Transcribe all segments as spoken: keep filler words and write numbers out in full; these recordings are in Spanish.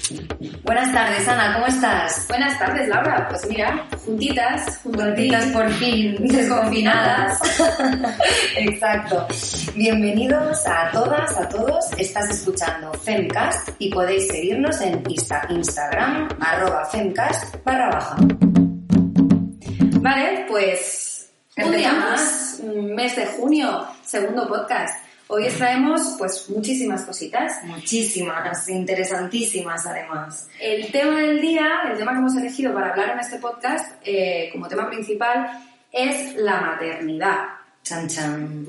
Buenas tardes, Ana, ¿cómo estás? Buenas tardes, Laura. Pues mira, juntitas, juntitas por fin, desconfinadas. Exacto. Bienvenidos a todas, a todos. Estás escuchando Femcast y podéis seguirnos en Insta- Instagram, arroba Femcast barra baja. Vale, pues un día más, mes de junio, segundo podcast. Hoy os traemos pues muchísimas cositas. Muchísimas, interesantísimas además. El tema del día, el tema que hemos elegido para hablar en este podcast, eh, como tema principal, es la maternidad. Chan, chan.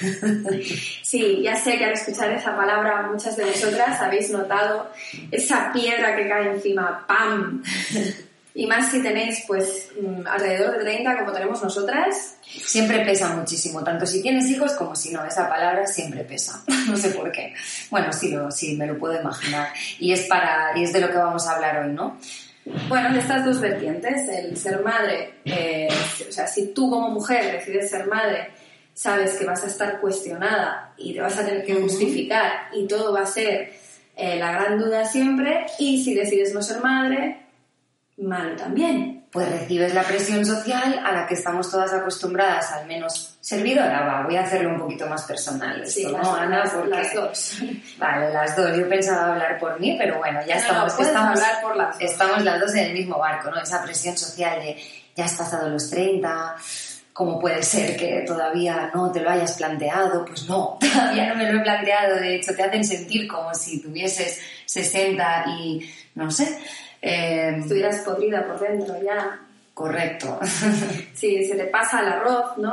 Sí, ya sé que al escuchar esa palabra muchas de vosotras habéis notado esa piedra que cae encima, ¡pam! Y más si tenéis pues alrededor de treinta como tenemos nosotras. Siempre pesa muchísimo, tanto si tienes hijos como si no, esa palabra siempre pesa, no sé por qué. Bueno, sí, lo, sí, me lo puedo imaginar. Y es, para, y es de lo que vamos a hablar hoy, ¿no? Bueno, de estas dos vertientes, el ser madre, eh, o sea, si tú como mujer decides ser madre, sabes que vas a estar cuestionada y te vas a tener que justificar y todo va a ser eh, la gran duda siempre, y si decides no ser madre, malo también. Pues recibes la presión social a la que estamos todas acostumbradas, al menos servidora, va, voy a hacerlo un poquito más personal. Sí, esto, las, ¿no, Ana? las, Porque... las dos. Vale, las dos. Yo pensaba hablar por mí, pero bueno, ya no, estamos, no, estamos, hablar por las dos. Estamos las dos en el mismo barco, ¿no? Esa presión social de ya has pasado los treinta, ¿cómo puede ser que todavía no te lo hayas planteado? Pues no, todavía no me lo he planteado. De hecho, te hacen sentir como si tuvieses sesenta y, no sé... Eh, estuvieras podrida por dentro ya. Correcto. Sí, se te pasa el arroz, ¿no?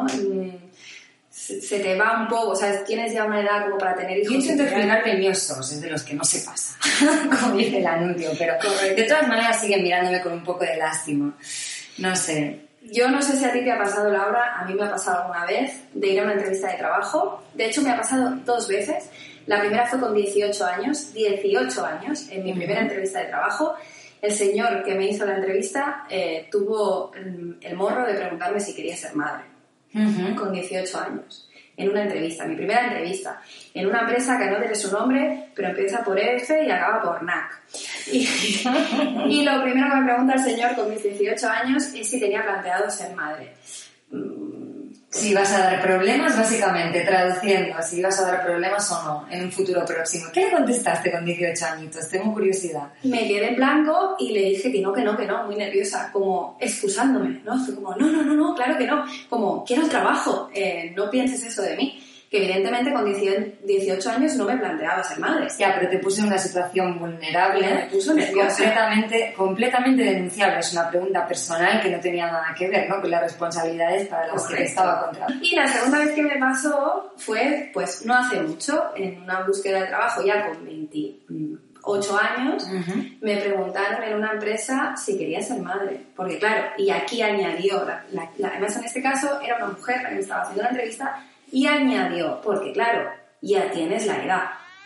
Se, se te va un poco, o sea, tienes ya una edad como para tener hijos. Yo intento explicar leñosos, es de los que no se pasa, como dice el anuncio, pero correcto. De todas maneras siguen mirándome con un poco de lástima. No sé. Yo no sé si a ti te ha pasado, Laura, a mí me ha pasado alguna vez de ir a una entrevista de trabajo. De hecho, me ha pasado dos veces. La primera fue con dieciocho años, dieciocho años, en mi uh-huh. primera entrevista de trabajo. El señor que me hizo la entrevista eh, tuvo el morro de preguntarme si quería ser madre, uh-huh. con dieciocho años, en una entrevista, mi primera entrevista, en una empresa que no diré su nombre, pero empieza por F y acaba por N A C. Y, y lo primero que me pregunta el señor con mis dieciocho años es si tenía planteado ser madre. Si vas a dar problemas, básicamente, traduciendo, si vas a dar problemas o no en un futuro próximo. ¿Qué le contestaste con dieciocho añitos? Tengo curiosidad. Me quedé en blanco y le dije que no, que no, que no, muy nerviosa, como excusándome, ¿no? Fue como, no, no, no, no, claro que no, como, quiero el trabajo, eh, no pienses eso de mí. Que evidentemente con dieciocho años no me planteaba ser madre. Ya, pero te puse en una situación vulnerable. Me puso nerviosa. Completamente, completamente denunciable. Es una pregunta personal que no tenía nada que ver, ¿no?, con las responsabilidades para las Correcto. Que estaba contra. Y la segunda vez que me pasó fue, pues, no hace mucho, en una búsqueda de trabajo ya con veintiocho años, uh-huh. me preguntaron en una empresa si quería ser madre. Porque claro, y aquí añadió, la, la, la, además en este caso era una mujer la que me estaba haciendo la entrevista. Y añadió, porque claro, ya tienes la edad.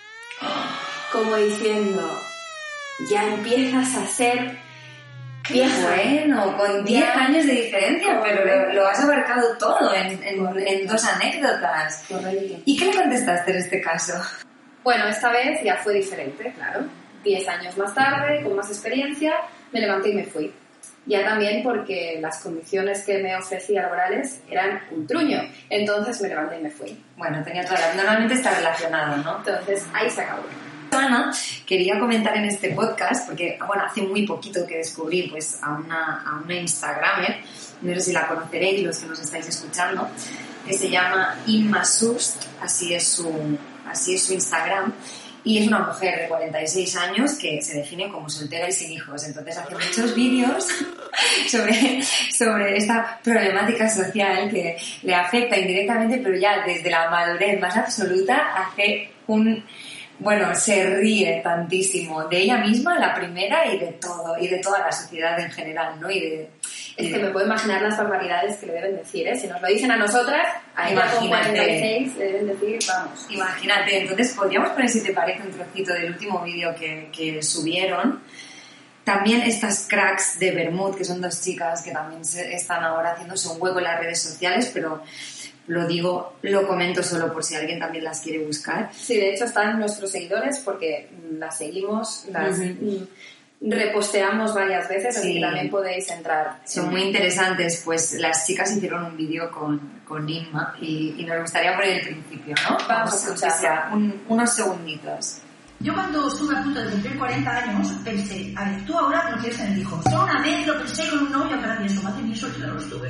Como diciendo, ya empiezas a ser vieja. Bueno, con diez años de diferencia, pero lo, lo has abarcado todo en, en, en dos anécdotas. Correcto. ¿Y qué le contestaste en este caso? Bueno, esta vez ya fue diferente, claro. Diez años más tarde, con más experiencia, me levanté y me fui. Ya también porque las condiciones que me ofrecía laborales eran un truño. Entonces me levanté y me fui. Bueno, tenía toda la... Normalmente está relacionado, ¿no? Entonces ahí se acabó. Ana, quería comentar en este podcast, porque bueno, hace muy poquito que descubrí pues, a, una, a una Instagramer, no sé si la conoceréis los que nos estáis escuchando, que se llama Inma Sust, así es su, así es su Instagram. Y es una mujer de cuarenta y seis años que se define como soltera y sin hijos. Entonces hace muchos vídeos sobre, sobre esta problemática social que le afecta indirectamente, pero ya desde la madurez más absoluta hace un... Bueno, se ríe tantísimo de ella misma, la primera, y de todo, y de toda la sociedad en general, ¿no? Y de... Es que me puedo imaginar las barbaridades que le deben decir, ¿eh? Si nos lo dicen a nosotras, a ella con cuarenta y seis le deben decir, vamos. Imagínate, entonces podríamos poner, si te parece, un trocito del último vídeo que, que subieron. También estas cracks de Bermud, que son dos chicas que también se, están ahora haciéndose un hueco en las redes sociales, pero lo digo, lo comento solo por si alguien también las quiere buscar. Sí, de hecho están nuestros seguidores porque las seguimos, las uh-huh. reposteamos varias veces, así sí. que también podéis entrar. Son muy interesantes, pues las chicas hicieron un vídeo con, con Inma y, y nos gustaría poner el principio, ¿no? Vamos, Vamos a escuchar un, unos segunditos. Yo cuando estuve a punto de cumplir cuarenta años pensé, a ver, tú ahora no quieres tener hijos. Yo una vez lo pensé con un novio, pero pienso, madre mía, eso claro, estuve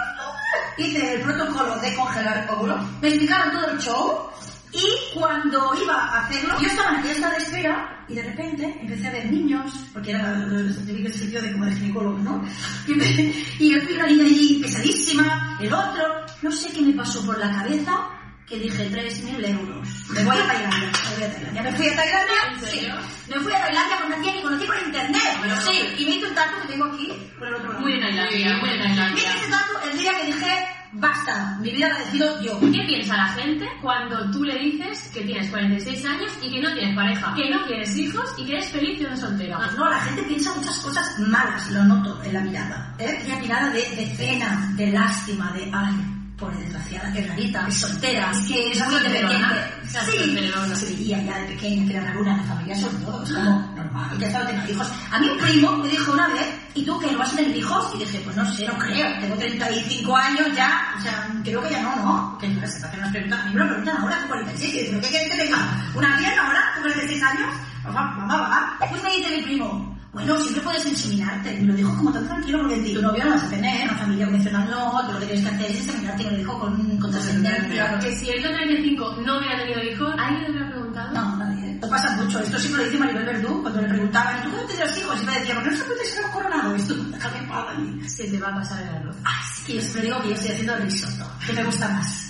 hice el protocolo de congelar óvulo, me explicaron todo el show y cuando iba a hacerlo, yo estaba en aquella sala de espera y de repente empecé a ver niños, porque era el sitio de como de ginecólogo, ¿no? Y, empecé, y yo fui una niña allí pesadísima, el otro, no sé qué me pasó por la cabeza, que dije tres mil euros. Me voy a Tailandia, me voy a Tailandia. ¿Me fui a Tailandia? ¿En serio? Sí. Me fui a Tailandia con una tía que conocí por internet, pero sí. Y me hice un tatu que tengo aquí, por el otro lado. Muy en Tailandia, muy en Tailandia. Me hice ese tatu el día que dije, basta, mi vida la decido yo. ¿Qué piensa la gente cuando tú le dices que tienes cuarenta y seis años y que no tienes pareja, que no tienes hijos y que eres feliz y una soltera? Pues no, la gente piensa muchas cosas malas, lo noto en la mirada. ¿eh? Una mirada de, de pena, de lástima, de ay, pobre desgraciada, que rarita, es soltera, es que es muy independiente. Sí, sí, y allá de pequeña, que era una familia sobre todo, es como normal, ya estaba teniendo hijos. A mí un primo me dijo una vez, ¿y tú que no vas a tener hijos? Y dije, pues no sé, no creo, tengo treinta y cinco años ya, o sea, creo que ya no, ¿no? Que yo se te hacen unas preguntas, a mí me lo preguntan ahora, con cuarenta y seis, y digo, ¿qué quieres que tenga? ¿Una pierna ahora, con cuarenta y seis años? Mamá, mamá, va. Pues me dice mi primo, bueno, siempre puedes inseminarte. Me lo dijo como tan tranquilo, porque tu novio no vas a tener, una familia convencional no, tú lo que tienes que hacer es inseminarte, me lo dijo con, con trascendencia. Que si él con treinta y cinco no hubiera tenido hijos, ¿alguien le hubiera preguntado? No, nadie. Esto pasa mucho. Esto siempre lo dice Maribel Verdú, cuando le preguntaban, ¿y tú cuándo tendrás hijos? Y me decía, ¿por qué no se puede ser coronado? Esto, déjame en paz a mí. Se te va a pasar el arroz. Ay, sí, que yo siempre digo que yo estoy haciendo risotto, que me gusta más.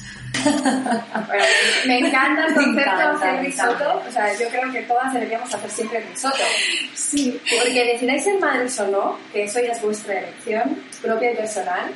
Bueno, me encanta el concepto de hacer risotto. O sea, yo creo que todas deberíamos hacer siempre risotto. Sí. Porque decidáis ser madres o no, que eso ya es vuestra elección propia y personal.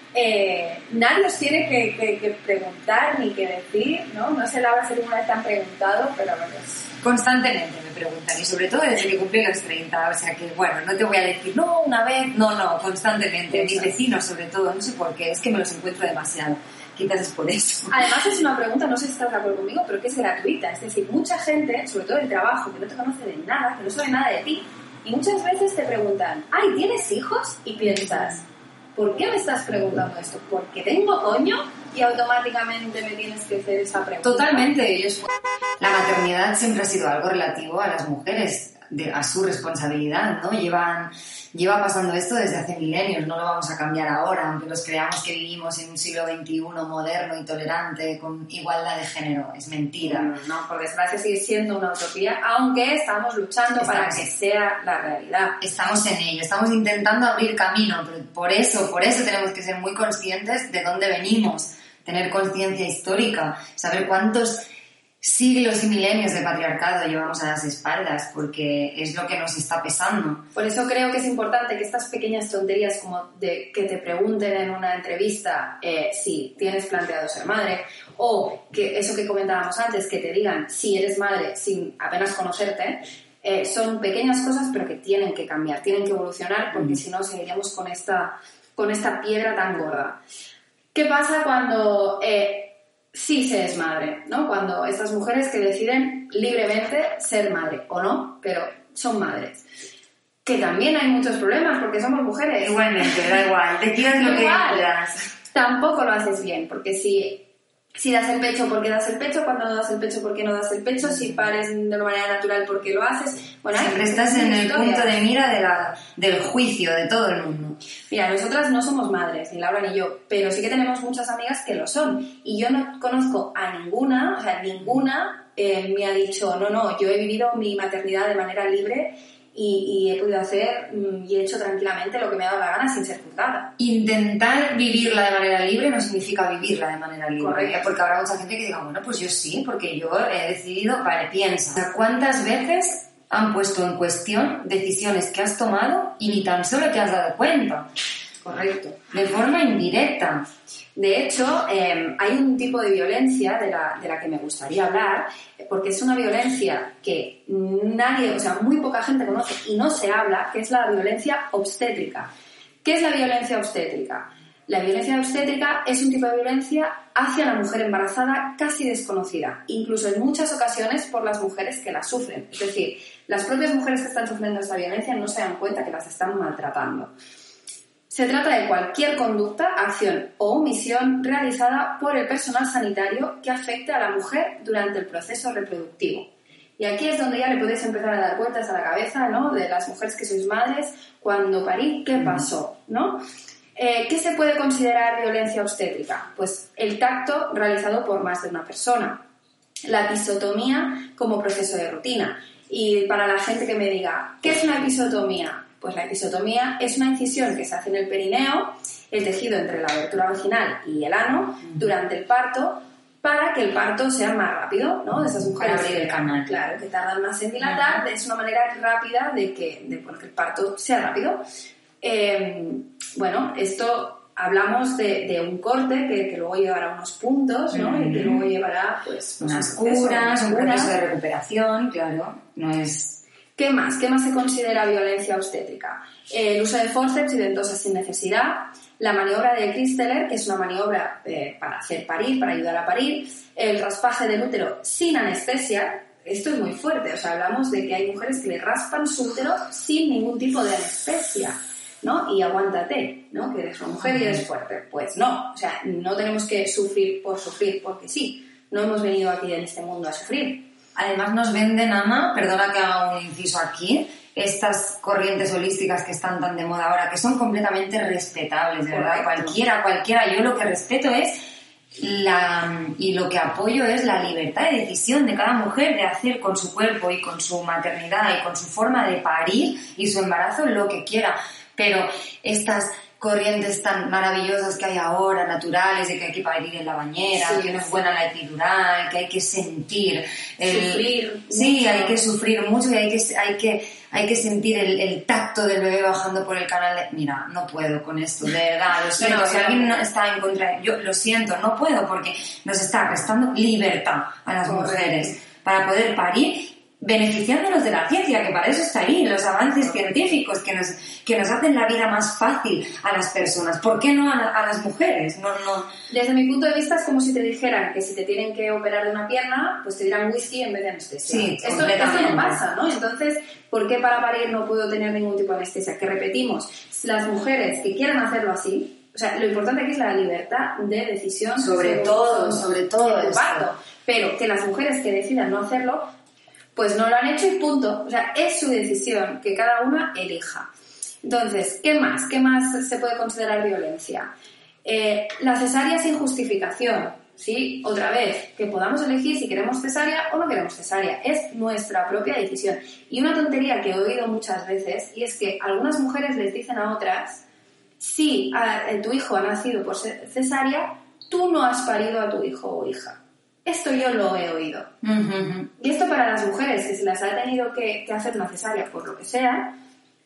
Eh, nadie os tiene que, que, que preguntar ni que decir, ¿no? No sé, Laura, si alguna vez te han preguntado, pero bueno, es... Constantemente me preguntan, y sobre todo desde que cumplí los treinta, o sea que, bueno, no te voy a decir, no, una vez, no, no, constantemente. Mis vecinos, sobre todo, no sé por qué, es que me los encuentro demasiado. Quizás es por eso. Además es una pregunta, no sé si estás de acuerdo conmigo, pero que es gratuita. Es decir, mucha gente, sobre todo del trabajo, que no te conoce de nada, que no sabe nada de ti, y muchas veces te preguntan, ay, ¿tienes hijos? Y piensas, ¿por qué me estás preguntando esto? ¿Porque tengo coño? Y automáticamente me tienes que hacer esa pregunta. Totalmente. Ellos... La maternidad siempre ha sido algo relativo a las mujeres, de, a su responsabilidad, ¿no? Llevan... Lleva pasando esto desde hace milenios, no lo vamos a cambiar ahora, aunque nos creamos que vivimos en un siglo veintiuno moderno y tolerante, con igualdad de género. Es mentira. No, por desgracia sigue siendo una utopía, aunque estamos luchando estamos, para que sea la realidad. Estamos en ello, estamos intentando abrir camino, pero por eso, por eso tenemos que ser muy conscientes de dónde venimos, tener conciencia histórica, saber cuántos siglos y milenios de patriarcado llevamos a las espaldas, porque es lo que nos está pesando. Por eso creo que es importante que estas pequeñas tonterías, como de que te pregunten en una entrevista eh, si tienes planteado ser madre, o que eso que comentábamos antes, que te digan si eres madre sin apenas conocerte, eh, son pequeñas cosas pero que tienen que cambiar, tienen que evolucionar, porque mm. si no seguiríamos con esta, con esta piedra tan gorda. ¿Qué pasa cuando... Eh, sí se es madre, ¿no? Cuando estas mujeres que deciden libremente ser madre, o no, pero son madres. Que también hay muchos problemas porque somos mujeres. Igualmente, da igual, te tiras lo que quieras. Tampoco lo haces bien, porque si, si das el pecho, ¿por qué das el pecho? Cuando no das el pecho, ¿por qué no das el pecho? Si pares de una manera natural, ¿por qué lo haces? Bueno, siempre estás en el punto de mira de la, del juicio de todo el mundo. Mira, nosotras no somos madres, ni Laura ni yo, pero sí que tenemos muchas amigas que lo son. Y yo no conozco a ninguna, o sea, ninguna eh, me ha dicho, no, no, yo he vivido mi maternidad de manera libre y, y he podido hacer y he hecho tranquilamente lo que me ha dado la gana sin ser juzgada. Intentar vivirla de manera libre no significa vivirla de manera libre. Correcto. Porque habrá mucha gente que diga, bueno, pues yo sí, porque yo he decidido, vale, piensa. O sea, ¿cuántas veces han puesto en cuestión decisiones que has tomado y ni tan solo te has dado cuenta? Correcto. De forma indirecta. De hecho, eh, hay un tipo de violencia de la, de la que me gustaría hablar, porque es una violencia que nadie, o sea, muy poca gente conoce y no se habla, que es la violencia obstétrica. ¿Qué es la violencia obstétrica? La violencia obstétrica es un tipo de violencia hacia la mujer embarazada casi desconocida, incluso en muchas ocasiones por las mujeres que la sufren. Es decir, las propias mujeres que están sufriendo esta violencia no se dan cuenta que las están maltratando. Se trata de cualquier conducta, acción o omisión realizada por el personal sanitario que afecte a la mujer durante el proceso reproductivo. Y aquí es donde ya le podéis empezar a dar vueltas a la cabeza, ¿no? De las mujeres que sois madres, cuando parí, ¿qué pasó? ¿No? Eh, ¿Qué se puede considerar violencia obstétrica? Pues el tacto realizado por más de una persona, la episiotomía como proceso de rutina. Y para la gente que me diga, ¿qué es una episiotomía? Pues la episiotomía es una incisión que se hace en el perineo, el tejido entre la abertura vaginal y el ano, durante el parto, para que el parto sea más rápido, ¿no? De esas mujeres para abrir el canal. Claro, que tardan más en dilatar, es una manera rápida de que, de, bueno, que el parto sea rápido. Eh, bueno, esto hablamos de, de un corte que, que luego llevará unos puntos, ¿no? Mm. Y que luego llevará, pues, pues unas curas, un proceso de recuperación, claro, no es... ¿Qué más? ¿Qué más se considera violencia obstétrica? El uso de forceps y ventosas sin necesidad, la maniobra de Christeler, que es una maniobra eh, para hacer parir, para ayudar a parir, el raspaje del útero sin anestesia. Esto es muy fuerte, o sea, hablamos de que hay mujeres que le raspan su útero sin ningún tipo de anestesia, ¿no? Y aguántate, ¿no? Que eres una mujer y eres fuerte. Pues no, o sea, no tenemos que sufrir por sufrir, porque sí, no hemos venido aquí en este mundo a sufrir. Además nos venden, Ana, perdona que haga un inciso aquí, estas corrientes holísticas que están tan de moda ahora, que son completamente respetables, de verdad, cualquiera, cualquiera. Yo lo que respeto es la, y lo que apoyo es la libertad de decisión de cada mujer de hacer con su cuerpo y con su maternidad y con su forma de parir y su embarazo lo que quiera. Pero estas corrientes tan maravillosas que hay ahora, naturales, de que hay que parir en la bañera, sí, que no es buena la epidural, que hay que sentir el, sufrir sí, mucho. Hay que sufrir mucho y hay que hay que hay que sentir el, el tacto del bebé bajando por el canal de... Mira, no puedo con esto, de verdad, lo siento, no, si alguien no está en contra, yo lo siento, no puedo porque nos está restando libertad a las mujeres para poder parir, beneficiándonos de la ciencia, que para eso está ahí, los avances científicos que nos, que nos hacen la vida más fácil a las personas. ¿Por qué no a, a las mujeres? No, no. Desde mi punto de vista es como si te dijeran que si te tienen que operar de una pierna, pues te dirán whisky en vez de anestesia. Sí, esto, esto no pasa, ¿no? Entonces, ¿por qué para parir no puedo tener ningún tipo de anestesia? Que repetimos, las mujeres que quieran hacerlo así, o sea, lo importante aquí es la libertad de decisión sobre, sobre todo, sobre todo el parto, pero que las mujeres que decidan no hacerlo, pues no lo han hecho y punto. O sea, es su decisión, que cada una elija. Entonces, ¿qué más? ¿Qué más se puede considerar violencia? Eh, la cesárea sin justificación, ¿sí? Otra vez, que podamos elegir si queremos cesárea o no queremos cesárea. Es nuestra propia decisión. Y una tontería que he oído muchas veces, y es que algunas mujeres les dicen a otras, si a, a, tu hijo ha nacido por cesárea, tú no has parido a tu hijo o hija. Esto yo lo he oído. Uh-huh. Y esto para las mujeres que se las ha tenido que, que hacer una cesárea por lo que sea,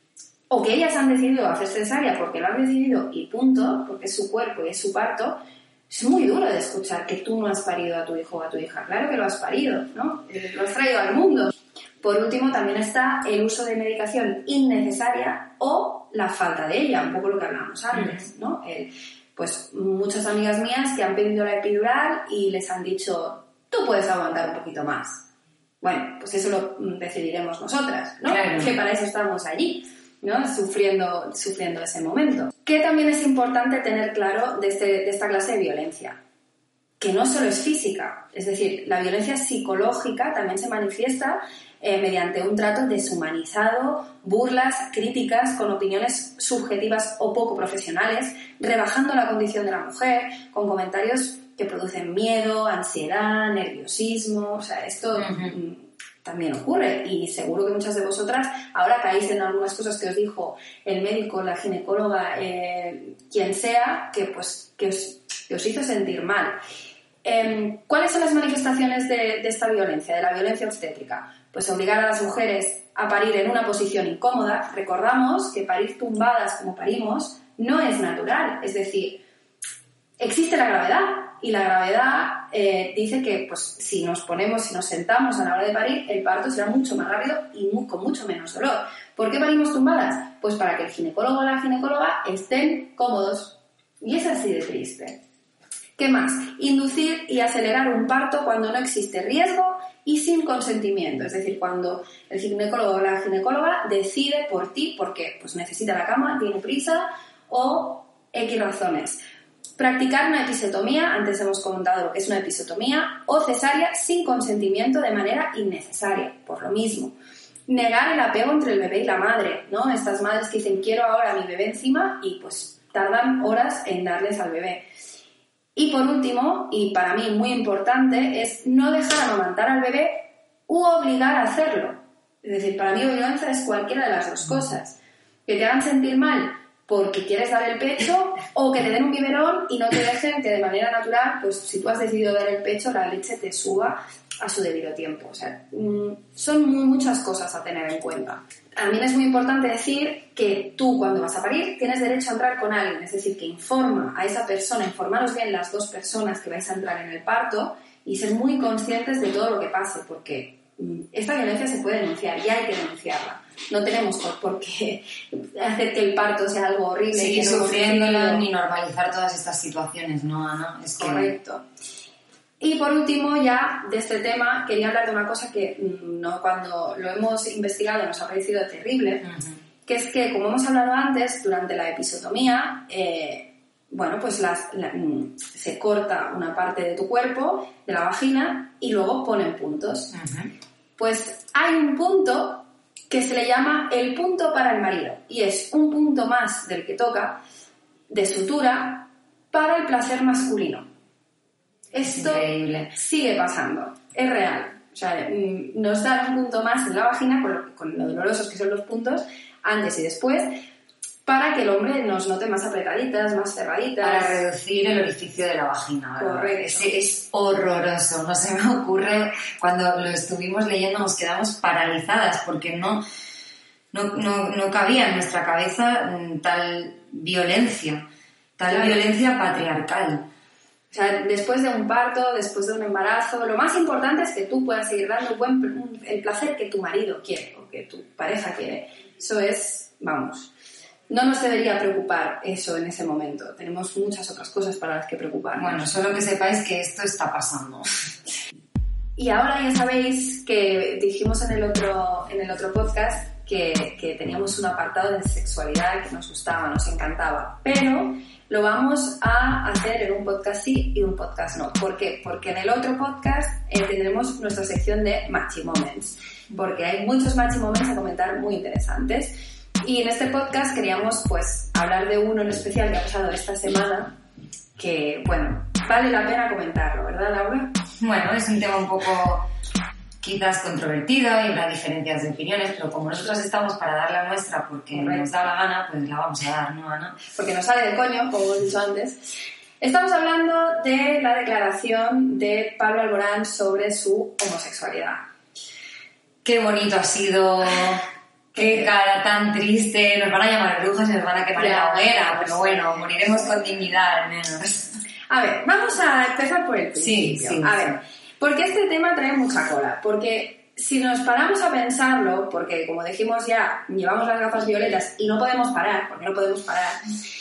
o que ellas han decidido hacer cesárea porque lo han decidido y punto, porque es su cuerpo y es su parto, es muy duro de escuchar que tú no has parido a tu hijo o a tu hija. Claro que lo has parido, ¿no? Lo has traído al mundo. Por último, también está el uso de medicación innecesaria o la falta de ella, un poco lo que hablábamos antes, uh-huh. ¿no? El, Pues muchas amigas mías que han pedido la epidural y les han dicho, tú puedes aguantar un poquito más. Bueno, pues eso lo decidiremos nosotras, ¿no? Claro. Que para eso estamos allí, ¿no? Sufriendo, sufriendo ese momento. ¿Qué también es importante tener claro de, este, de esta clase de violencia? Que no solo es física, es decir, la violencia psicológica también se manifiesta eh, mediante un trato deshumanizado, burlas, críticas con opiniones subjetivas o poco profesionales, rebajando la condición de la mujer, con comentarios que producen miedo, ansiedad, nerviosismo, o sea, esto uh-huh. también ocurre y seguro que muchas de vosotras ahora caéis en algunas cosas que os dijo el médico, la ginecóloga, eh, quien sea, que, pues, que, os, que os hizo sentir mal. Eh, ¿Cuáles son las manifestaciones de, de esta violencia, de la violencia obstétrica? Pues obligar a las mujeres a parir en una posición incómoda. Recordamos que parir tumbadas como parimos no es natural, es decir, existe la gravedad y la gravedad eh, dice que pues, si nos ponemos, si nos sentamos a la hora de parir, el parto será mucho más rápido y muy, con mucho menos dolor. ¿Por qué parimos tumbadas? Pues para que el ginecólogo o la ginecóloga estén cómodos. Y es así de triste. ¿Qué más? Inducir y acelerar un parto cuando no existe riesgo y sin consentimiento. Es decir, cuando el ginecólogo o la ginecóloga decide por ti porque pues, necesita la cama, tiene prisa o X razones. Practicar una episiotomía, antes hemos comentado lo que es una episiotomía, o cesárea sin consentimiento de manera innecesaria, por lo mismo. Negar el apego entre el bebé y la madre, ¿no? Estas madres que dicen quiero ahora a mi bebé encima y pues tardan horas en darles al bebé. Y por último, y para mí muy importante, es no dejar amamantar al bebé u obligar a hacerlo. Es decir, para mí obligancia es cualquiera de las dos cosas. Que te hagan sentir mal porque quieres dar el pecho o que te den un biberón y no te dejen que de manera natural, pues si tú has decidido dar el pecho, la leche te suba a su debido tiempo. O sea, son muchas cosas a tener en cuenta. También es muy importante decir que tú cuando vas a parir tienes derecho a entrar con alguien, es decir, que informa a esa persona, informaros bien las dos personas que vais a entrar en el parto y ser muy conscientes de todo lo que pase, porque esta violencia se puede denunciar y hay que denunciarla. No tenemos por qué hacer que el parto sea algo horrible. Seguir y que no sufriéndolo ni normalizar todas estas situaciones, ¿no, Ana? Es que... Correcto. Y por último, ya de este tema, quería hablar de una cosa que no, cuando lo hemos investigado nos ha parecido terrible, uh-huh. que es que, como hemos hablado antes, durante la episiotomía, eh, bueno, pues las, la, se corta una parte de tu cuerpo, de la vagina, y luego ponen puntos. Uh-huh. Pues hay un punto que se le llama el punto para el marido, y es un punto más del que toca, de sutura, para el placer masculino. Esto Increíble. Sigue pasando, es real. O sea, nos dan un punto más en la vagina, con lo, con lo dolorosos que son los puntos, antes y después, para que el hombre nos note más apretaditas, más cerraditas. Para reducir el orificio de la vagina, ¿verdad? Correcto. Es, es horroroso, no se me ocurre. Cuando lo estuvimos leyendo nos quedamos paralizadas porque no, no, no, no cabía en nuestra cabeza tal violencia, tal claro. violencia patriarcal. O sea, después de un parto, después de un embarazo, lo más importante es que tú puedas seguir dando el, buen, el placer que tu marido quiere o que tu pareja quiere. Eso es, vamos, no nos debería preocupar eso en ese momento. Tenemos muchas otras cosas para las que preocuparnos. Bueno, solo que sepáis que esto está pasando. Y ahora ya sabéis que dijimos en el otro, en el otro podcast que, que teníamos un apartado de sexualidad que nos gustaba, nos encantaba, pero lo vamos a hacer en un podcast sí y un podcast no. ¿Por qué? Porque en el otro podcast eh, tendremos nuestra sección de Matchy Moments, porque hay muchos Matchy Moments a comentar muy interesantes. Y en este podcast queríamos pues hablar de uno en especial que ha pasado esta semana, que, bueno, vale la pena comentarlo, ¿verdad, Laura? Bueno, es un tema un poco quizás controvertido, hay unas diferencias de opiniones, pero como nosotros estamos para dar la nuestra porque Correcto. Nos da la gana, pues la vamos a dar, ¿no, Ana? Porque nos sale de coño, como hemos dicho antes. Estamos hablando de la declaración de Pablo Alborán sobre su homosexualidad. Qué bonito ha sido, qué cara tan triste, nos van a llamar brujas y nos van a quemar en la hoguera, pero bueno, moriremos con dignidad al menos. A ver, vamos a empezar por el principio. Sí, sí, a sí. ver, porque este tema trae mucha cola, porque si nos paramos a pensarlo, porque como dijimos ya, llevamos las gafas violetas y no podemos parar, porque no podemos parar,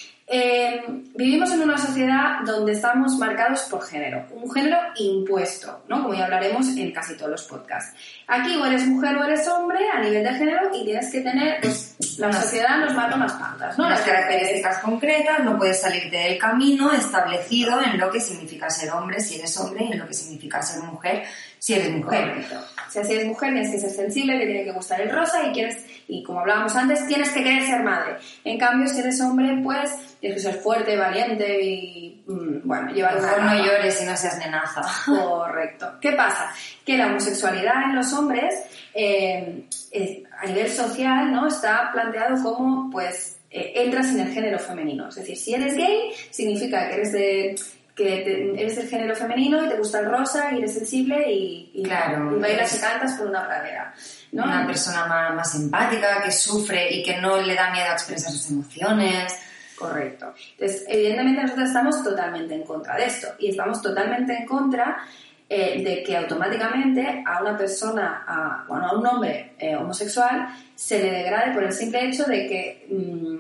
eh, vivimos en una sociedad donde estamos marcados por género, un género impuesto, ¿no? Como ya hablaremos en casi todos los podcasts. Aquí o eres mujer o eres hombre a nivel de género y tienes que tener, pues, la sociedad nos marca unas pautas, ¿no? Unas características concretas, no puedes salirte del camino establecido en lo que significa ser hombre si eres hombre y en lo que significa ser mujer si eres mujer. Correcto. O sea, si eres mujer tienes que ser sensible, te tiene que gustar el rosa y quieres, y como hablábamos antes, tienes que querer ser madre. En cambio, si eres hombre, pues tienes que ser fuerte, valiente y, mmm, bueno, llevar una capa. No llores y no seas nenaza. Correcto. ¿Qué pasa? Que la homosexualidad en los hombres, eh, eh, a nivel social, ¿no? Está planteado como, pues, eh, entras en el género femenino. Es decir, si eres gay, significa que eres de... que te, eres del género femenino y te gusta el rosa y eres sensible y, y, claro, y bailas y cantas por una pradera, ¿no? Una persona más, más empática, que sufre y que no le da miedo a expresar sus emociones. Correcto. Entonces, evidentemente nosotros estamos totalmente en contra de esto y estamos totalmente en contra eh, de que automáticamente a una persona, a, bueno, a un hombre eh, homosexual se le degrade por el simple hecho de que mmm,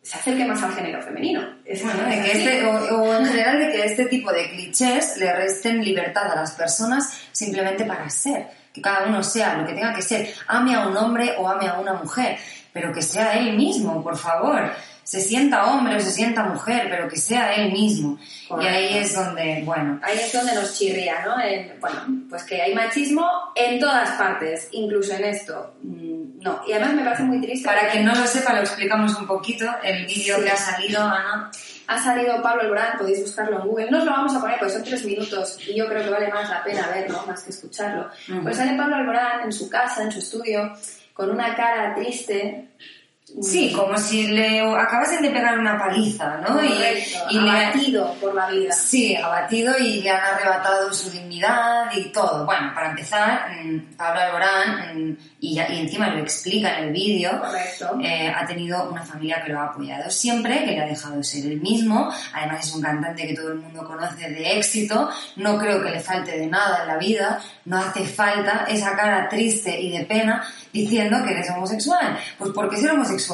se acerque más al género femenino. Es bueno, de que este, o, o en general de que este tipo de clichés le resten libertad a las personas simplemente para ser, que cada uno sea lo que tenga que ser, ame a un hombre o ame a una mujer, pero que sea él mismo, por favor. Se sienta hombre o se sienta mujer, pero que sea él mismo. Correcto. Y ahí es donde, bueno... Ahí es donde nos chirría, ¿no? En, bueno, pues que hay machismo en todas partes, incluso en esto. No, y además me parece muy triste... Para quien no lo sepa, lo explicamos un poquito. El vídeo sí. que ha salido, Ana... Ha salido Pablo Alborán, podéis buscarlo en Google. No os lo vamos a poner porque son tres minutos y yo creo que vale más la pena verlo, más que escucharlo. Uh-huh. Pues sale Pablo Alborán en su casa, en su estudio, con una cara triste... Sí, como si le acabasen de pegar una paliza, ¿no? Correcto, y, y abatido le, por la vida. Sí, abatido y le han arrebatado su dignidad y todo. Bueno, para empezar, Pablo Alborán, y, y encima lo explica en el vídeo, eh, ha tenido una familia que lo ha apoyado siempre, que le ha dejado ser el mismo. Además es un cantante que todo el mundo conoce de éxito. No creo que le falte de nada en la vida. No hace falta esa cara triste y de pena diciendo que eres homosexual. Pues porque ser homosexual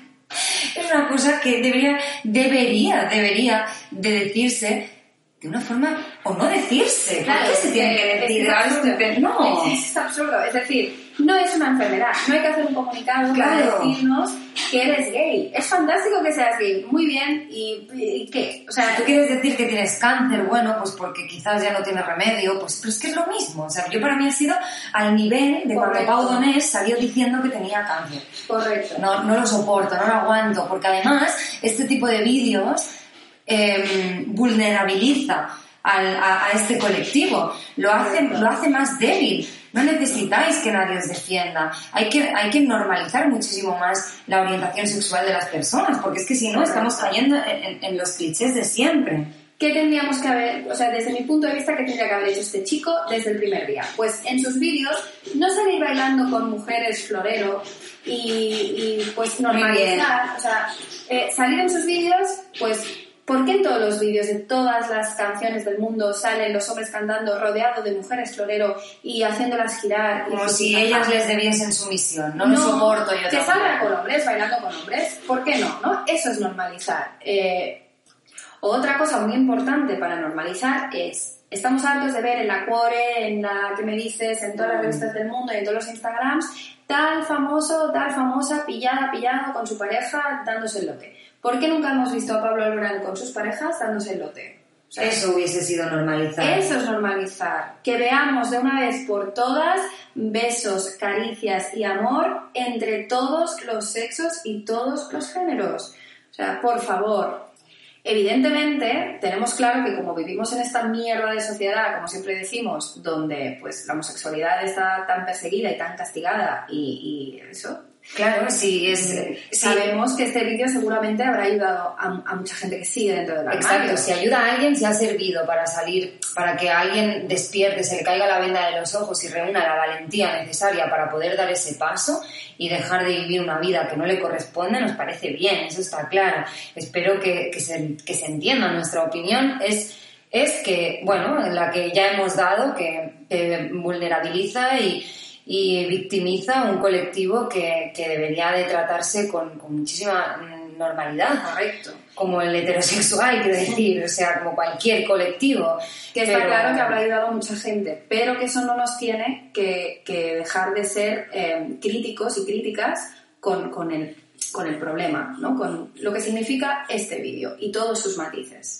es una cosa que debería, debería, debería de decirse de una forma, o no decirse. Claro, ¿Qué se tiene que decir? Es no. Es, es absurdo. Es decir, no es una enfermedad. No hay que hacer un comunicado claro. para decirnos que eres gay. Es fantástico que seas gay. Muy bien. ¿Y, y qué? O sea, tú quieres decir que tienes cáncer, bueno, pues porque quizás ya no tienes remedio, pues, pero es que es lo mismo. O sea, yo para mí ha sido al nivel de cuando Pau Donés salió diciendo que tenía cáncer. Correcto. No, no lo soporto, no lo aguanto, porque además este tipo de vídeos eh, vulnerabiliza al, a, a este colectivo, lo hace, lo hace más débil. No necesitáis que nadie os defienda. Hay que, hay que normalizar muchísimo más la orientación sexual de las personas, porque es que si no estamos cayendo en, en, en los clichés de siempre. ¿Qué tendríamos que haber, o sea, desde mi punto de vista, qué tendría que haber hecho este chico desde el primer día? Pues en sus vídeos no salir bailando con mujeres florero y, y pues normalizar, o sea, eh, salir en sus vídeos, pues... ¿Por qué en todos los vídeos de todas las canciones del mundo salen los hombres cantando rodeados de mujeres florero y haciéndolas girar? Como si ellas les debiesen sumisión. No, no lo soporto yo. Que salgan con hombres, bailando con hombres. ¿Por qué no? ¿No? Eso es normalizar. Eh, otra cosa muy importante para normalizar es... Estamos hartos de ver en la Cuore, en la que me dices, en todas las revistas del mundo y en todos los Instagrams, tal famoso, tal famosa, pillada, pillado con su pareja dándose el lote. ¿Por qué nunca hemos visto a Pablo Alborán con sus parejas dándose el lote? O sea, eso hubiese sido normalizar. Eso es normalizar. Que veamos de una vez por todas besos, caricias y amor entre todos los sexos y todos los géneros. O sea, por favor. Evidentemente, tenemos claro que como vivimos en esta mierda de sociedad, como siempre decimos, donde pues la homosexualidad está tan perseguida y tan castigada y, y eso... Claro, sí, es... Sabemos sí. que este vídeo seguramente habrá ayudado a, a mucha gente que sigue dentro del armario. Exacto, si ayuda a alguien, si ha servido para salir, para que alguien despierte, se le caiga la venda de los ojos y reúna la valentía necesaria para poder dar ese paso y dejar de vivir una vida que no le corresponde, nos parece bien, eso está claro. Espero que, que, se, que se entienda. Nuestra opinión es... es que, bueno, la que ya hemos dado, que, que vulnerabiliza y... y victimiza un colectivo que, que debería de tratarse con, con muchísima normalidad. Correcto. Como el heterosexual, quiero decir, o sea, como cualquier colectivo. Que está pero... claro que habrá ayudado a mucha gente, pero que eso no nos tiene que, que dejar de ser eh, críticos y críticas con, con, el, con el problema, ¿no? Con lo que significa este vídeo y todos sus matices.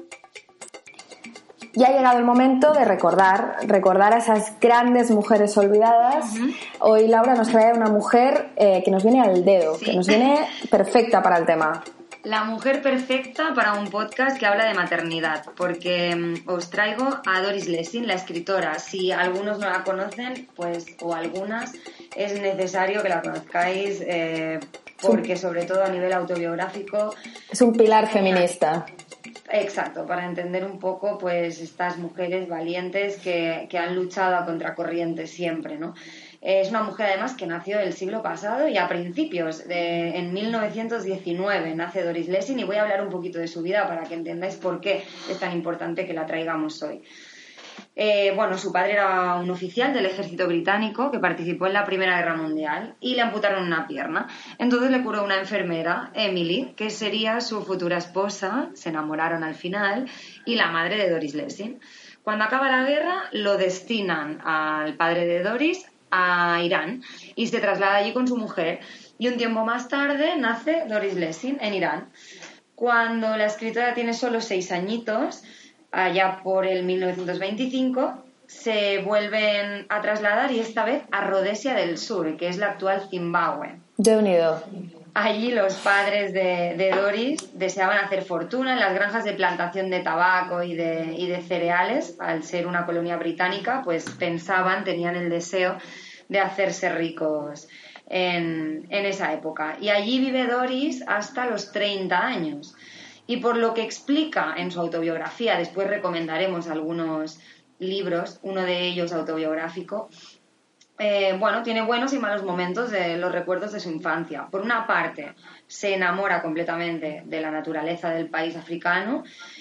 Ya ha llegado el momento de recordar, recordar a esas grandes mujeres olvidadas. Uh-huh. Hoy Laura nos trae una mujer eh, que nos viene al dedo, sí. que nos viene perfecta para el tema. La mujer perfecta para un podcast que habla de maternidad, porque um, os traigo a Doris Lessing, la escritora. Si algunos no la conocen, pues, o algunas, es necesario que la conozcáis, eh, porque sobre todo a nivel autobiográfico... Es un pilar feminista. Exacto, para entender un poco pues estas mujeres valientes que, que han luchado a contracorriente siempre, ¿no? Es una mujer además que nació el siglo pasado y a principios, de, en mil novecientos diecinueve nace Doris Lessing, y voy a hablar un poquito de su vida para que entendáis por qué es tan importante que la traigamos hoy. Eh, bueno, su padre era un oficial del ejército británico que participó en la Primera Guerra Mundial y le amputaron una pierna. Entonces le curó una enfermera, Emily, que sería su futura esposa, se enamoraron al final, y la madre de Doris Lessing. Cuando acaba la guerra, lo destinan al padre de Doris a Irán y se traslada allí con su mujer. Y un tiempo más tarde nace Doris Lessing en Irán. Cuando la escritora tiene solo seis añitos, allá por el mil novecientos veinticinco, se vuelven a trasladar y esta vez a Rodesia del Sur, que es la actual Zimbabue. Déu-n'hi-do. Allí los padres de, de Doris deseaban hacer fortuna en las granjas de plantación de tabaco y de, y de cereales. Al ser una colonia británica, pues pensaban, tenían el deseo de hacerse ricos en, en esa época. Y allí vive Doris hasta los treinta años. Y por lo que explica en su autobiografía, después recomendaremos algunos libros, uno de ellos autobiográfico, eh, bueno, tiene buenos y malos momentos de los recuerdos de su infancia. Por una parte, se enamora completamente de la naturaleza del país africano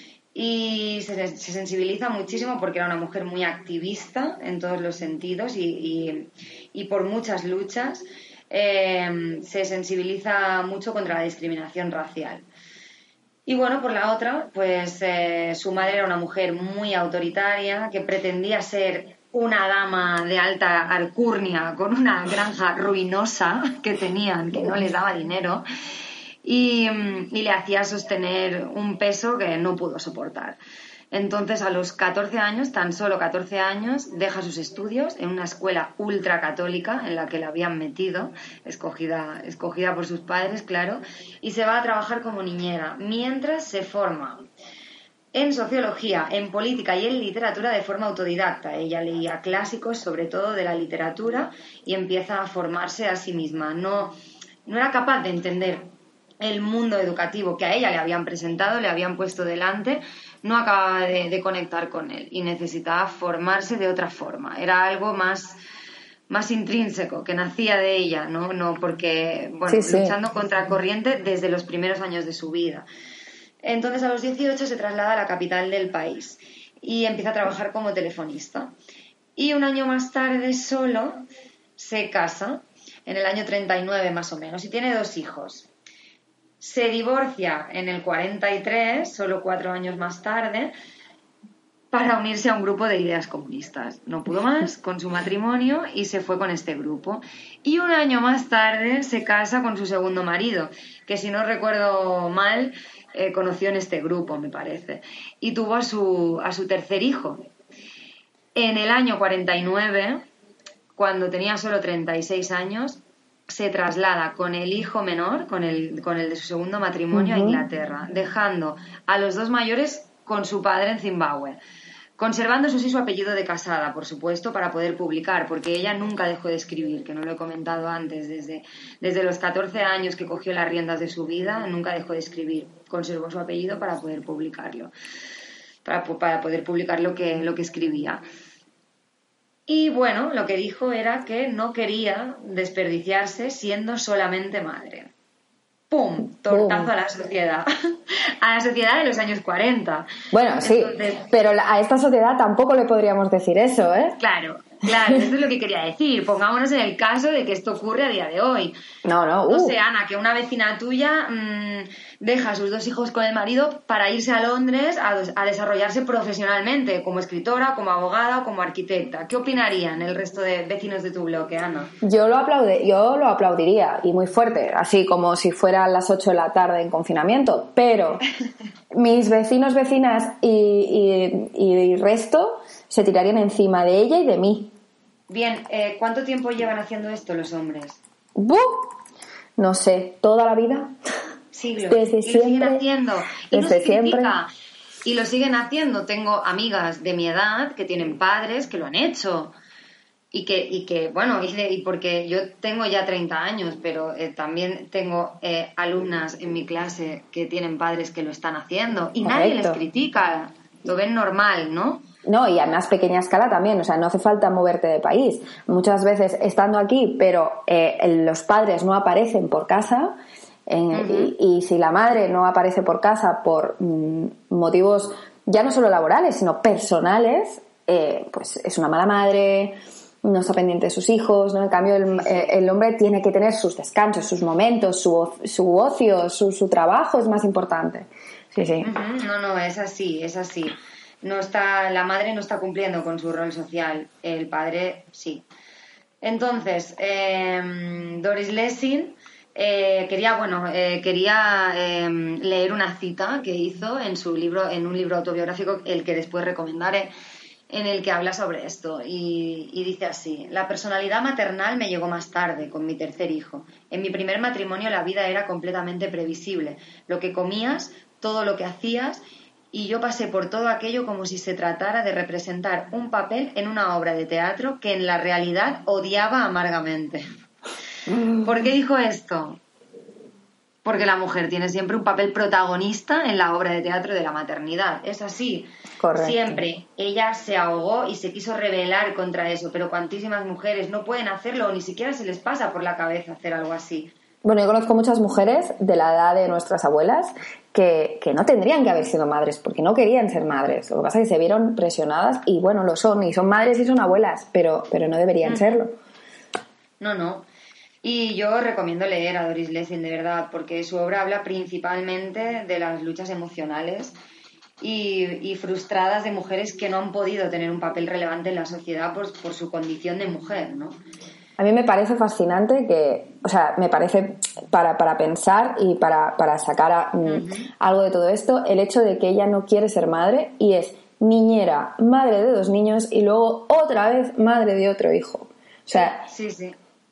y se, se sensibiliza muchísimo porque era una mujer muy activista en todos los sentidos y, y, y por muchas luchas eh, se sensibiliza mucho contra la discriminación racial. Y bueno, por la otra, pues eh, su madre era una mujer muy autoritaria que pretendía ser una dama de alta alcurnia con una granja ruinosa que tenían, que no les daba dinero, y, y le hacía sostener un peso que no pudo soportar. Entonces, a los catorce años, tan solo catorce años, deja sus estudios en una escuela ultracatólica en la que la habían metido, escogida, escogida por sus padres, claro, y se va a trabajar como niñera, mientras se forma en sociología, en política y en literatura de forma autodidacta. Ella leía clásicos, sobre todo de la literatura, y empieza a formarse a sí misma. No, no era capaz de entender el mundo educativo que a ella le habían presentado, le habían puesto delante, no acababa de, de conectar con él y necesitaba formarse de otra forma. Era algo más, más intrínseco, que nacía de ella, ¿no? No porque, bueno, sí, sí. luchando contra corriente desde los primeros años de su vida. Entonces, a los dieciocho se traslada a la capital del país y empieza a trabajar como telefonista. Y un año más tarde, solo, se casa, en el año treinta y nueve más o menos, y tiene dos hijos. Se divorcia en el cuarenta y tres, solo cuatro años más tarde, para unirse a un grupo de ideas comunistas. No pudo más con su matrimonio y se fue con este grupo. Y un año más tarde se casa con su segundo marido, que si no recuerdo mal, eh, conoció en este grupo, me parece. Y tuvo a su, a su tercer hijo. En el año cuarenta y nueve, cuando tenía solo treinta y seis años, se traslada con el hijo menor, con el, con el de su segundo matrimonio, uh-huh. a Inglaterra, dejando a los dos mayores con su padre en Zimbabue, conservando eso sí su apellido de casada, por supuesto, para poder publicar, porque ella nunca dejó de escribir, que no lo he comentado antes, desde, desde los catorce años que cogió las riendas de su vida, nunca dejó de escribir, conservó su apellido para poder publicarlo, para, para poder publicar lo que, lo que escribía. Y bueno, lo que dijo era que no quería desperdiciarse siendo solamente madre. ¡Pum! Tortazo a la sociedad. A la sociedad de los años cuarenta. Bueno, sí, entonces, pero a esta sociedad tampoco le podríamos decir eso, ¿eh? Claro, claro, eso es lo que quería decir. Pongámonos en el caso de que esto ocurre a día de hoy. No, no, uh. No sé, Ana, que una vecina tuya mmm, deja a sus dos hijos con el marido para irse a Londres a, a desarrollarse profesionalmente, como escritora, como abogada o como arquitecta. ¿Qué opinarían el resto de vecinos de tu bloque, Ana? Yo lo aplaude, yo lo aplaudiría, y muy fuerte, así como si fueran las ocho de la tarde en confinamiento, pero mis vecinos, vecinas y, y, y resto se tirarían encima de ella y de mí. Bien, eh, ¿cuánto tiempo llevan haciendo esto los hombres? ¡Buf! No sé, ¿toda la vida? Siglos. Desde y siempre. Lo siguen haciendo. Y desde no se siempre. critica. Y lo siguen haciendo. Tengo amigas de mi edad que tienen padres que lo han hecho. Y que, y que bueno, y, de, y porque yo tengo ya treinta años, pero eh, también tengo eh, alumnas en mi clase que tienen padres que lo están haciendo. Y Correcto. Nadie les critica. Lo ven normal, ¿no? No, y a más pequeña escala también, o sea, no hace falta moverte de país. Muchas veces estando aquí, pero eh, los padres no aparecen por casa, eh, uh-huh. y, y si la madre no aparece por casa por mm, motivos ya no solo laborales, sino personales, eh, pues es una mala madre, no está pendiente de sus hijos, ¿no? En cambio el, el hombre tiene que tener sus descansos, sus momentos, su, su ocio, su, su trabajo es más importante. Sí, sí. Uh-huh. No, no, es así, es así. No está, la madre no está cumpliendo con su rol social, el padre sí. Entonces, eh, Doris Lessing eh, quería, bueno, eh, quería eh, leer una cita que hizo en su libro, en un libro autobiográfico, el que después recomendaré, en el que habla sobre esto y, y dice así: la personalidad maternal me llegó más tarde, con mi tercer hijo. En mi primer matrimonio la vida era completamente previsible. Lo que comías, todo lo que hacías, y yo pasé por todo aquello como si se tratara de representar un papel en una obra de teatro que en la realidad odiaba amargamente. ¿Por qué dijo esto? Porque la mujer tiene siempre un papel protagonista en la obra de teatro de la maternidad. Es así. Correcto. Siempre. Ella se ahogó y se quiso rebelar contra eso, pero cuantísimas mujeres no pueden hacerlo, o ni siquiera se les pasa por la cabeza hacer algo así. Bueno, yo conozco muchas mujeres de la edad de nuestras abuelas que, que no tendrían que haber sido madres, porque no querían ser madres. Lo que pasa es que se vieron presionadas y, bueno, lo son, y son madres y son abuelas, pero, pero no deberían mm. serlo. No, no. Y yo recomiendo leer a Doris Lessing, de verdad, porque su obra habla principalmente de las luchas emocionales y, y frustradas de mujeres que no han podido tener un papel relevante en la sociedad por, por su condición de mujer, ¿no? A mí me parece fascinante que, o sea, me parece para, para pensar y para, para sacar a, uh-huh. algo de todo esto, el hecho de que ella no quiere ser madre y es niñera, madre de dos niños y luego otra vez madre de otro hijo. O sea, sí, sí.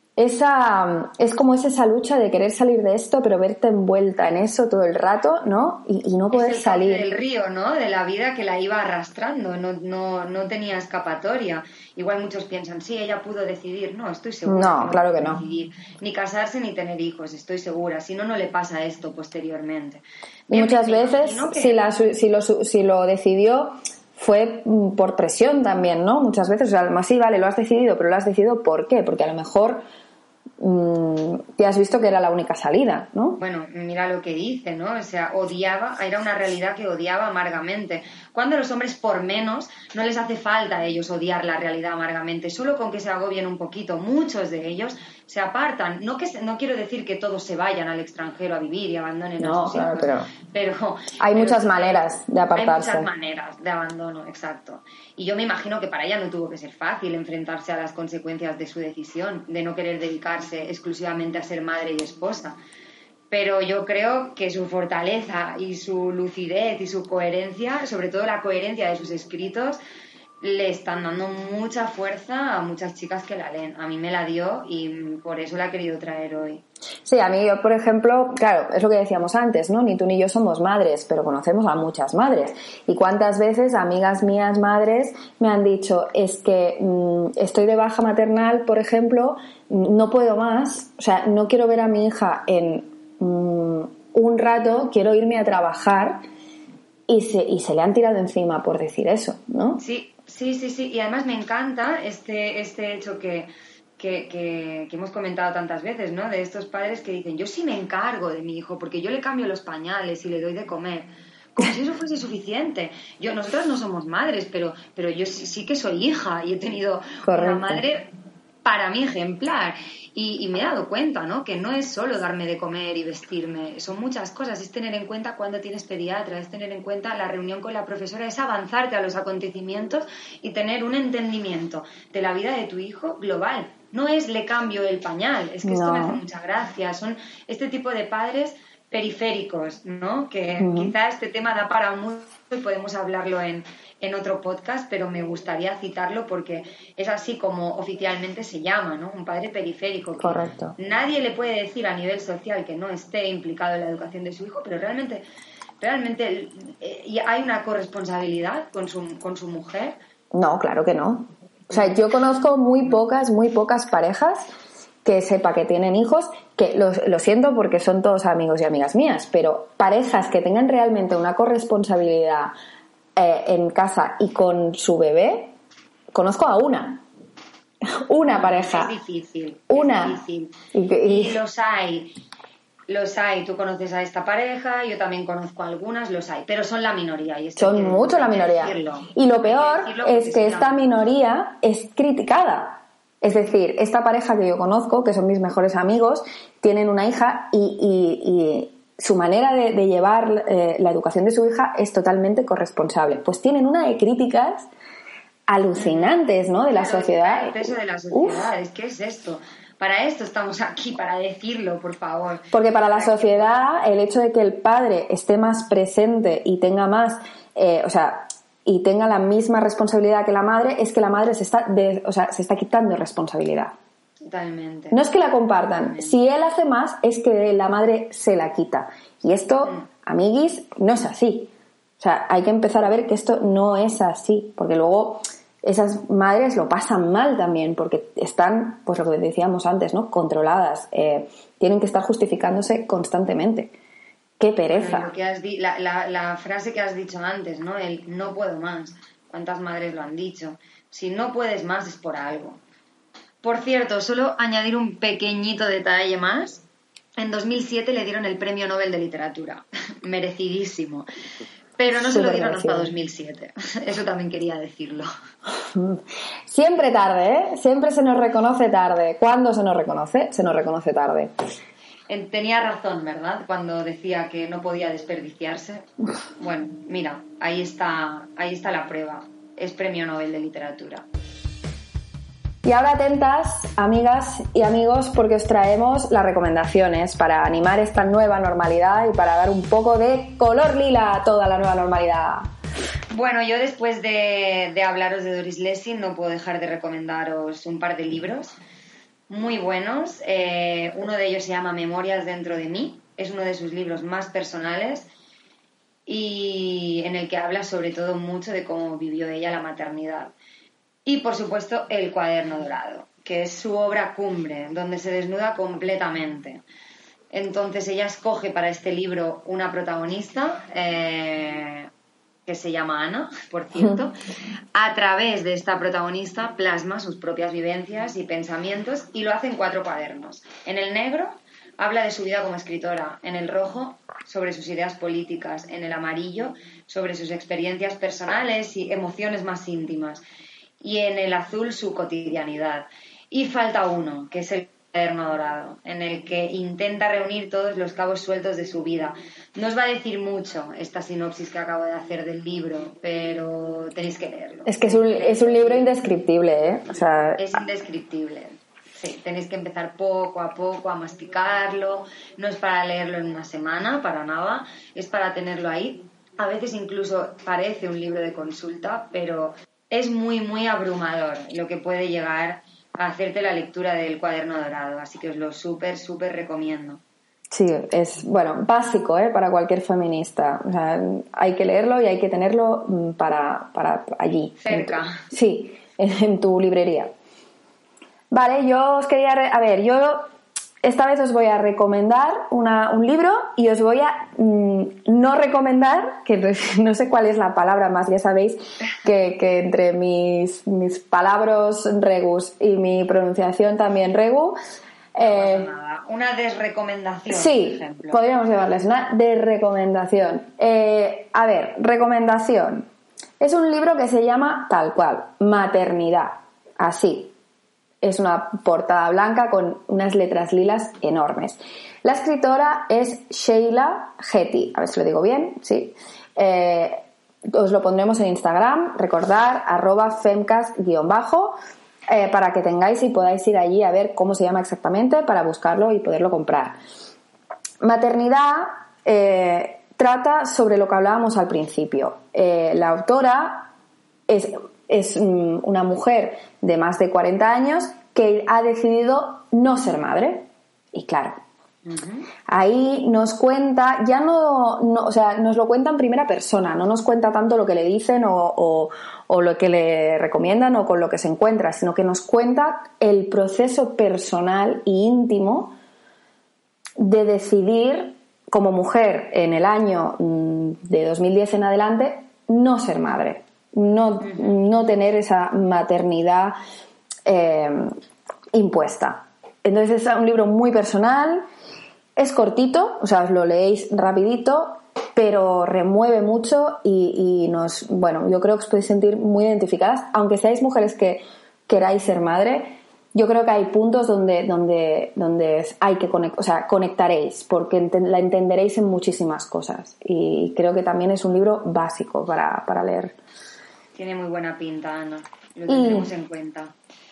Esa, es como es esa lucha de querer salir de esto, pero verte envuelta en eso todo el rato, ¿no? Y, y no poder es el salir. del río, ¿no? De la vida que la iba arrastrando, no, no, no tenía escapatoria. Igual muchos piensan, sí, ella pudo decidir. No, estoy segura. No, que no claro que no. Decidir. Ni casarse ni tener hijos, estoy segura. Si no, no le pasa esto posteriormente. Y muchas veces, que... si, la, si, lo, si lo decidió, fue por presión también, ¿no? Muchas veces, o sea, además sí, vale, lo has decidido, pero lo has decidido ¿por qué? Porque a lo mejor te has visto que era la única salida, ¿no? Bueno, mira lo que dice, ¿no? O sea, odiaba, era una realidad que odiaba amargamente. Cuando los hombres, por menos, no les hace falta a ellos odiar la realidad amargamente, solo con que se agobien un poquito. Muchos de ellos se apartan. No que se, no quiero decir que todos se vayan al extranjero a vivir y abandonen no, a sus claro, hijos, pero, pero hay pero, muchas maneras de apartarse. Hay muchas maneras de abandono, exacto. Y yo me imagino que para ella no tuvo que ser fácil enfrentarse a las consecuencias de su decisión, de no querer dedicarse exclusivamente a ser madre y esposa. Pero yo creo que su fortaleza y su lucidez y su coherencia, sobre todo la coherencia de sus escritos, le están dando mucha fuerza a muchas chicas que la leen. A mí me la dio y por eso la he querido traer hoy. Sí, a mí, yo, por ejemplo, claro, es lo que decíamos antes, ¿no? Ni tú ni yo somos madres, pero conocemos a muchas madres. Y cuántas veces amigas mías madres me han dicho, es que mmm, estoy de baja maternal, por ejemplo, no puedo más, o sea, no quiero ver a mi hija en mmm, un rato, quiero irme a trabajar y se, y se le han tirado encima por decir eso, ¿no? Sí. Sí, sí, sí, y además me encanta este, este hecho que, que, que, que hemos comentado tantas veces, ¿no? De estos padres que dicen, yo sí me encargo de mi hijo porque yo le cambio los pañales y le doy de comer, como si eso fuese suficiente. Yo, nosotras no somos madres, pero, pero yo sí, sí que soy hija y he tenido Correcto. Una madre para mí ejemplar. Y, y me he dado cuenta, ¿no? Que no es solo darme de comer y vestirme, son muchas cosas. Es tener en cuenta cuando tienes pediatra, es tener en cuenta la reunión con la profesora, es avanzarte a los acontecimientos y tener un entendimiento de la vida de tu hijo global. No es le cambio el pañal, es que no. Esto me hace mucha gracia. Son este tipo de padres periféricos, ¿no? Que uh-huh. quizá este tema da para mucho y podemos hablarlo en, en otro podcast, pero me gustaría citarlo porque es así como oficialmente se llama, ¿no? Un padre periférico. Correcto. Nadie le puede decir a nivel social que no esté implicado en la educación de su hijo, pero realmente, realmente eh, hay una corresponsabilidad con su, con su mujer. No, claro que no. O sea, yo conozco muy pocas, muy pocas parejas que sepa que tienen hijos, que lo, lo siento porque son todos amigos y amigas mías, pero parejas que tengan realmente una corresponsabilidad eh, en casa y con su bebé, conozco a una. Una pareja. Es difícil. Una. Es difícil. Y, y... y los hay. Los hay, tú conoces a esta pareja, yo también conozco a algunas, los hay, pero son la minoría. Y son mucho la minoría. Y lo peor es que esta minoría es criticada. Es decir, esta pareja que yo conozco, que son mis mejores amigos, tienen una hija y, y, y su manera de, de llevar eh, la educación de su hija es totalmente corresponsable. Pues tienen una de críticas alucinantes, ¿no? De la pero sociedad. El peso de la sociedad, es que es esto. Para esto estamos aquí, para decirlo, por favor. Porque para la sociedad el hecho de que el padre esté más presente y tenga más, eh, o sea, y tenga la misma responsabilidad que la madre, es que la madre se está, de, o sea, se está quitando responsabilidad. Totalmente. No es que la compartan. Totalmente. Si él hace más, es que la madre se la quita. Y esto, mm. amiguis, no es así. O sea, hay que empezar a ver que esto no es así, porque luego esas madres lo pasan mal también porque están, pues lo que decíamos antes, ¿no? Controladas, eh, tienen que estar justificándose constantemente. ¡Qué pereza! Lo que has di- la, la, la frase que has dicho antes, ¿no? El no puedo más. ¿Cuántas madres lo han dicho? Si no puedes más es por algo. Por cierto, solo añadir un pequeñito detalle más. En dos mil siete le dieron el Premio Nobel de Literatura. Merecidísimo. Pero no se lo dieron hasta dos mil siete. Eso también quería decirlo. Siempre tarde, ¿eh? Siempre se nos reconoce tarde. ¿Cuándo se nos reconoce? Se nos reconoce tarde. Tenía razón, ¿verdad? Cuando decía que no podía desperdiciarse. Bueno, mira, ahí está, ahí está la prueba. Es Premio Nobel de Literatura. Y ahora atentas, amigas y amigos, porque os traemos las recomendaciones para animar esta nueva normalidad y para dar un poco de color lila a toda la nueva normalidad. Bueno, yo después de, de hablaros de Doris Lessing no puedo dejar de recomendaros un par de libros muy buenos. Eh, uno de ellos se llama Memorias dentro de mí. Es uno de sus libros más personales y en el que habla sobre todo mucho de cómo vivió ella la maternidad. Y, por supuesto, El cuaderno dorado, que es su obra cumbre, donde se desnuda completamente. Entonces, ella escoge para este libro una protagonista, eh, que se llama Ana, por cierto. A través de esta protagonista plasma sus propias vivencias y pensamientos y lo hace en cuatro cuadernos. En el negro habla de su vida como escritora, en el rojo sobre sus ideas políticas, en el amarillo sobre sus experiencias personales y emociones más íntimas, y en el azul su cotidianidad. Y falta uno, que es el cuaderno dorado, en el que intenta reunir todos los cabos sueltos de su vida. No os va a decir mucho esta sinopsis que acabo de hacer del libro, pero tenéis que leerlo. Es que es un, es un libro indescriptible, ¿eh? O sea... Es indescriptible. Sí, tenéis que empezar poco a poco a masticarlo. No es para leerlo en una semana, para nada. Es para tenerlo ahí. A veces incluso parece un libro de consulta, pero... es muy, muy abrumador lo que puede llegar a hacerte la lectura del cuaderno dorado, así que os lo súper, súper recomiendo. Sí, es, bueno, básico, ¿eh? Para cualquier feminista. O sea, hay que leerlo y hay que tenerlo para, para allí. Cerca. En tu, sí, en, en tu librería. Vale, yo os quería... Re- a ver, yo... Esta vez os voy a recomendar una, un libro y os voy a mmm, no recomendar, que no sé cuál es la palabra más, ya sabéis que, que entre mis, mis palabras regus y mi pronunciación también regu... Eh, no pasa nada. Una desrecomendación, sí, por ejemplo. Podríamos llamarles una desrecomendación. Eh, a ver, recomendación. Es un libro que se llama tal cual, Maternidad, así. Es una portada blanca con unas letras lilas enormes. La escritora es Sheila Heti. A ver si lo digo bien, sí. Eh, os lo pondremos en Instagram, recordar, arroba femcast guión bajo, eh, para que tengáis y podáis ir allí a ver cómo se llama exactamente para buscarlo y poderlo comprar. Maternidad eh, trata sobre lo que hablábamos al principio. Eh, la autora es... es una mujer de más de cuarenta años que ha decidido no ser madre. Y claro, uh-huh. Ahí nos cuenta, ya no, no, o sea, nos lo cuenta en primera persona, no nos cuenta tanto lo que le dicen o, o, o lo que le recomiendan o con lo que se encuentra, sino que nos cuenta el proceso personal e íntimo de decidir como mujer en el año de dos mil diez en adelante no ser madre. No, no tener esa maternidad eh, impuesta. Entonces es un libro muy personal Es cortito, o sea, os lo leéis rapidito, pero remueve mucho y, y nos, bueno, yo creo que os podéis sentir muy identificadas, aunque seáis mujeres que queráis ser madre. Yo creo que hay puntos donde, donde, donde hay que conectar, o sea, conectaréis, porque ent- la entenderéis en muchísimas cosas. Y creo que también es un libro básico para, para leer. Tiene muy buena pinta, Ana. Lo tendremos en cuenta.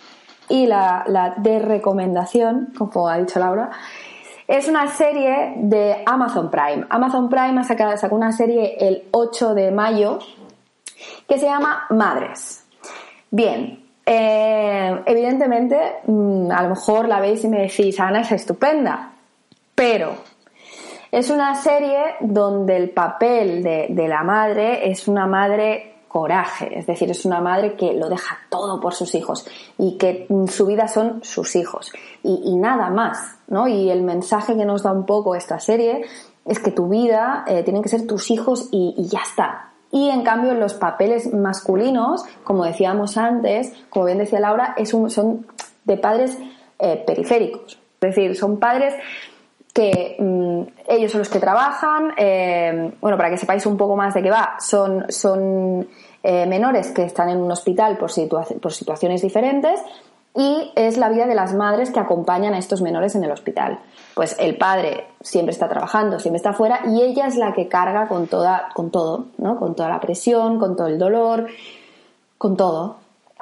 Y la, la de recomendación, como ha dicho Laura, es una serie de Amazon Prime. Amazon Prime ha sacado, sacó una serie el ocho de mayo que se llama Madres. Bien, eh, evidentemente, mmm, a lo mejor la veis y me decís, Ana, es estupenda, pero es una serie donde el papel de, de la madre es una madre coraje, es decir, es una madre que lo deja todo por sus hijos y que su vida son sus hijos y, y nada más, ¿no? Y el mensaje que nos da un poco esta serie es que tu vida eh, tienen que ser tus hijos y, y ya está. Y en cambio los papeles masculinos, como decíamos antes, como bien decía Laura, es un, son de padres eh, periféricos, es decir, son padres que mmm, ellos son los que trabajan, eh, bueno, para que sepáis un poco más de qué va, son, son eh, menores que están en un hospital por, situa- por situaciones diferentes y es la vida de las madres que acompañan a estos menores en el hospital. Pues el padre siempre está trabajando, siempre está fuera y ella es la que carga con, toda, con todo, ¿no? Con toda la presión, con todo el dolor, con todo.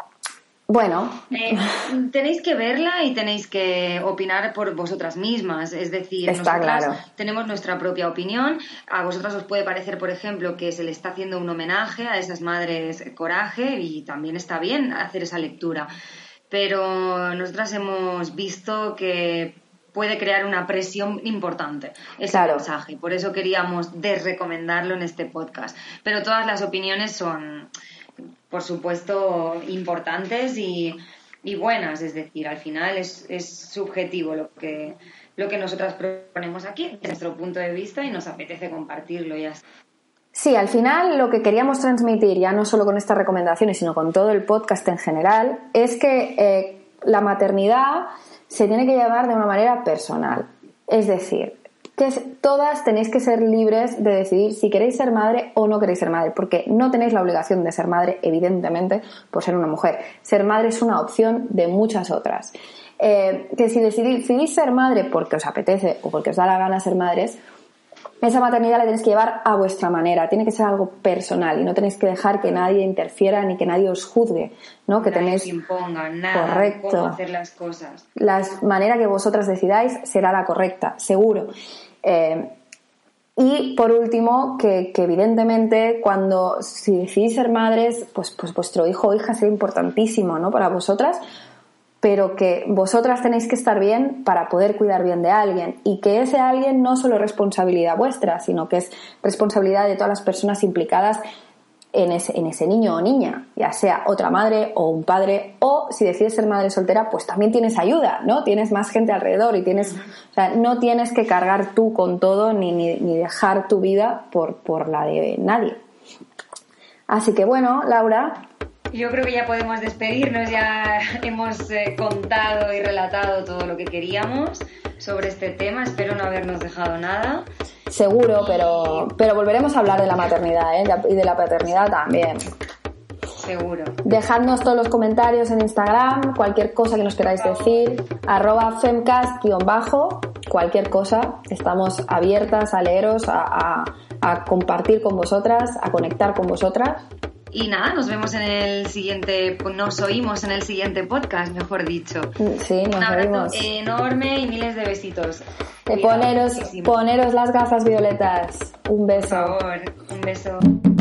Bueno, eh, tenéis que verla y tenéis que opinar por vosotras mismas, es decir, está nosotras claro. tenemos nuestra propia opinión. A vosotras os puede parecer, por ejemplo, que se le está haciendo un homenaje a esas madres coraje y también está bien hacer esa lectura, pero nosotras hemos visto que puede crear una presión importante ese claro. mensaje, por eso queríamos desrecomendarlo en este podcast, pero todas las opiniones son, por supuesto, importantes y, y buenas, es decir, al final es, es subjetivo lo que, lo que nosotras proponemos aquí, desde nuestro punto de vista, y nos apetece compartirlo ya. Sí, al final lo que queríamos transmitir, ya no solo con estas recomendaciones, sino con todo el podcast en general, es que eh, la maternidad se tiene que llevar de una manera personal. Es decir, que todas tenéis que ser libres de decidir si queréis ser madre o no queréis ser madre, porque no tenéis la obligación de ser madre, evidentemente, por ser una mujer. Ser madre es una opción de muchas otras. Eh, que si decidís, decidís ser madre porque os apetece o porque os da la gana ser madres, esa maternidad la tenéis que llevar a vuestra manera, tiene que ser algo personal y no tenéis que dejar que nadie interfiera ni que nadie os juzgue, ¿no? Que nadie tenéis os imponga nada, correcto, cómo hacer las cosas. La manera que vosotras decidáis será la correcta, seguro. Eh, y por último, que, que evidentemente cuando si decidís ser madres, pues, pues vuestro hijo o hija será importantísimo, ¿no? Para vosotras, pero que vosotras tenéis que estar bien para poder cuidar bien de alguien y que ese alguien no solo es responsabilidad vuestra, sino que es responsabilidad de todas las personas implicadas en ese, en ese niño o niña, ya sea otra madre o un padre, o si decides ser madre soltera, pues también tienes ayuda, ¿no? Tienes más gente alrededor y tienes, o sea, no tienes que cargar tú con todo ni, ni, ni dejar tu vida por, por la de nadie. Así que bueno, Laura, yo creo que ya podemos despedirnos, ya hemos eh, contado y relatado todo lo que queríamos sobre este tema, espero no habernos dejado nada. Seguro, pero, pero volveremos a hablar de la maternidad, ¿eh? Y de la paternidad también. Seguro. Dejadnos todos los comentarios en Instagram, cualquier cosa que nos queráis decir, arroba femcast guión bajo, cualquier cosa, estamos abiertas a leeros, a, a, a compartir con vosotras, a conectar con vosotras. Y nada, nos vemos en el siguiente, nos oímos en el siguiente podcast, mejor dicho. Sí, nos Un abrazo oímos. enorme y miles de besitos. De poneros, poneros las gafas violetas. Un beso. Por favor, un beso.